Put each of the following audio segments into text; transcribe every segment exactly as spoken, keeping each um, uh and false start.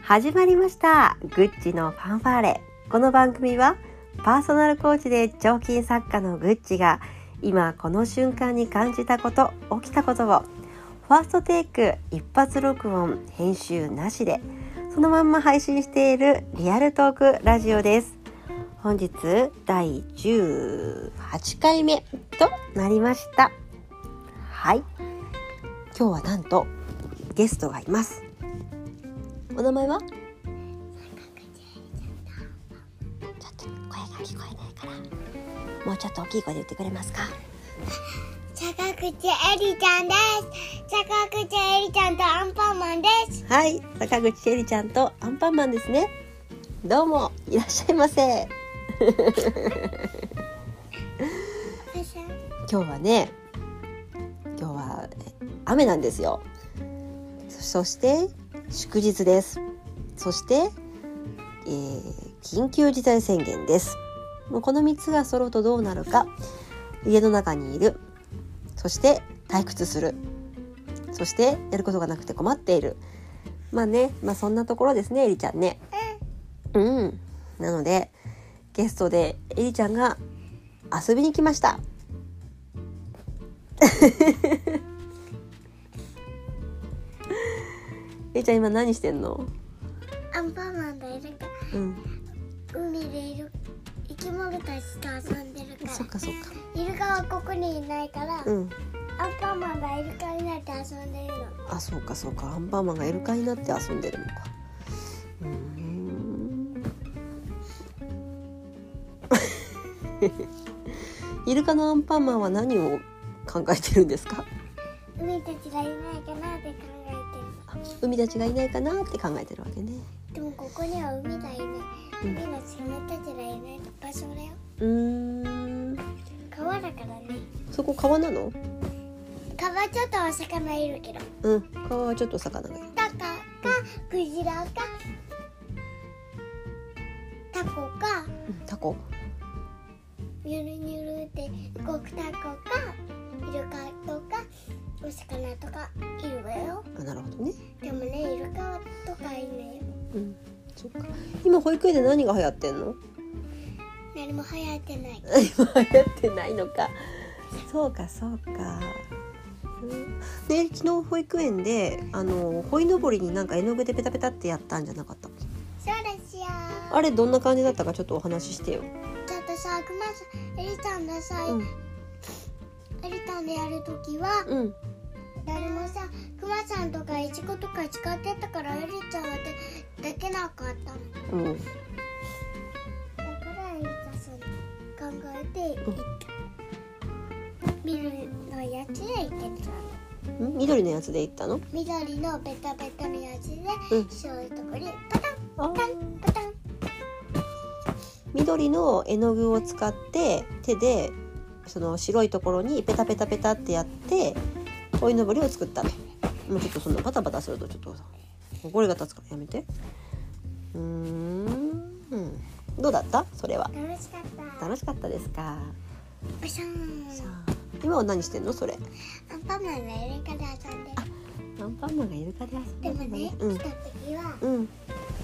始まりました。グッチのファンファーレ。この番組はパーソナルコーチで彫金作家のグッチが今この瞬間に感じたこと、起きたことをファーストテイク、一発録音、編集なしでそのまんま配信しているリアルトークラジオです。本日だいじゅうはちかいめとなりました。はい、今日はなんとゲストがいます。お名前は？ちょっと声が聞こえないからもうちょっと大きい声で言ってくれますか？ 坂口えりちゃんです。坂口えりちゃんとアンパンマンです。 はい、坂口えりちゃんとアンパンマンですね。どうもいらっしゃいませ。今日はね、今日は雨なんですよ。そして祝日です。そして、えー、緊急事態宣言です。もうこのみっつが揃うとどうなるか。家の中にいる、そして退屈する、そしてやることがなくて困っている。まあね、まあそんなところですね、えりちゃんね。うん、うん、なのでゲストでえりちゃんが遊びに来ました。えりちゃん今何してんの？ アンパンマンがいるから、うん、海でいる生き物たちと遊んでるから。 そっかそっか。 イルカはここにいないから、うん、アンパンマンがイルカになって遊んでるの。 あ、そうかそうか。アンパンマンがイルカになって遊んでるのか。うーんイルカのアンパンマンは何を考えてるんですか？ 海たちがいないかなって考えてる。 海たちがいないかなって考えてるわけね。 でもここには海がいない、うん、海の魚たちがいない場所だよ。 うーん、 川だからね。 そこ川なの？ 川ちょっとお魚いるけど。 うん、川はちょっと魚がいる。 タカか、クジラか、タコか、 うん、タコ。 ニュルニュルって動くタコか、イルカとかお魚とかいるわよ。 あ、なるほどね。 でもね、イルカとかいないよ。 うん、そっか。今保育園で何が流行ってんの？ 何も流行ってない。 今流行ってないのか。そうかそうか。うん、で昨日保育園であの鯉のぼりになんか絵の具でペタペタってやったんじゃなかった？ そうですよ。 あれどんな感じだったかちょっとお話ししてよ。 ちょっとさ、くまさん、エリちゃんがさ、うん、エリちゃんでやるときは、うん、誰もさ、くまさんとかいちごとか使ってたからエリちゃんはで, できなかったの。うん。だからエリちゃん考えていった。うん、緑のやつでいってたの。 ん？緑のやつでいったの？ 緑のベタベタのやつで、うん、白いところにパタンパタンパタン。 緑の絵の具を使って手でその白いところにペタペタペタってやって鯉のぼりを作ったの。もうちょっとそんなバタバタするとちょっとこれが立つからやめて。うーん、うん、どうだったそれは？ 楽しかった。 楽しかったですか？ パシャン。 さあ今は何してんのそれ？ アンパンマンがイルカで遊んでる。 あ、アンパンマンがイルカで遊んでる。 でもね、うん、来た時は、 うん、こ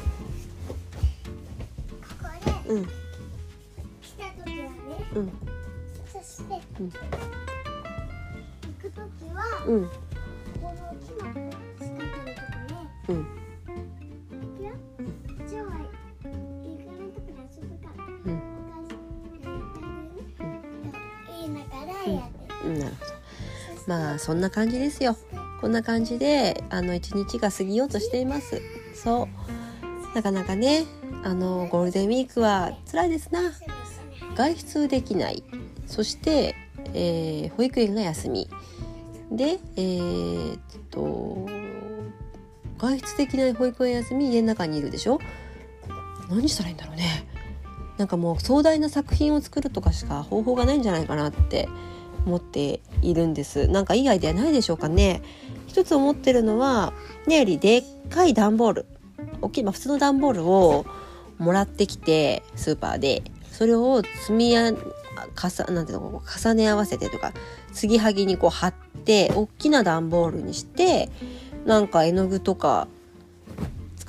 こで、うん、来た時はね、うん、そして、うん、行く時は、うん、この木の近くのとこね、うん、行くよ。ジョーはイルカのとこで遊ぶから、うん、お母さんがやってあげるね、うん、いいながらやってる、 うん、なるほど。まあそんな感じですよ。こんな感じであの一日が過ぎようとしています。そうなかなかね、あのゴールデンウィークは辛いですな。外出できない、そして、えー、保育園が休みで、えー、っと外出できない保育園休み、家の中にいるでしょ。何したらいいんだろうね。なんかもう壮大な作品を作るとかしか方法がないんじゃないかなって思っているんです。なんかいいアイデアないでしょうかね。一つ思ってるのはね、よりでっかい段ボール、大きい、まあ、普通の段ボールをもらってきてスーパーでそれを積みやかさなんていうの重ね合わせてとか継ぎはぎにこう貼って大きな段ボールにしてなんか絵の具とか使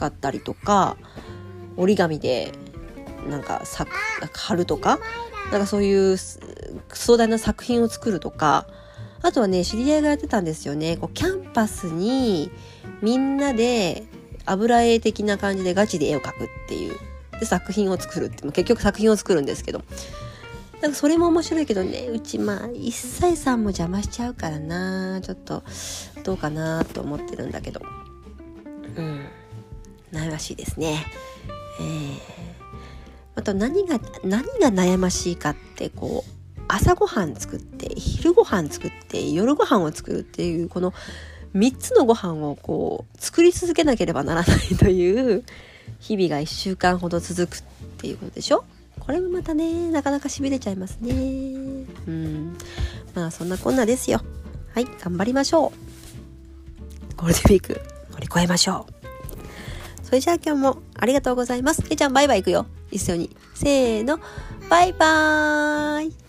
使ったりとか、折り紙でなんか貼るとか、なんかそういう壮大な作品を作るとか、あとはね、知り合いがやってたんですよね。こうキャンパスにみんなで油絵的な感じでガチで絵を描くっていう、で作品を作るって、結局作品を作るんですけど、なんかそれも面白いけどね、うちまあいっさいさんも邪魔しちゃうからな、ちょっとどうかなと思ってるんだけど、うん悩ましいですね。えー、また何が何が悩ましいかって、こう朝ごはん作って昼ごはん作って夜ごはんを作るっていう、このみっつのご飯をこう作り続けなければならないという日々がいっしゅうかんほど続くっていうことでしょ。これもまたね、なかなかしびれちゃいますね。うん、まあそんなこんなですよ。はい、頑張りましょう。ゴールデンウィーク乗り越えましょう。それじゃあ今日もありがとうございます。えちゃんバイバイ行くよ。一緒にせーの、バイバーイ。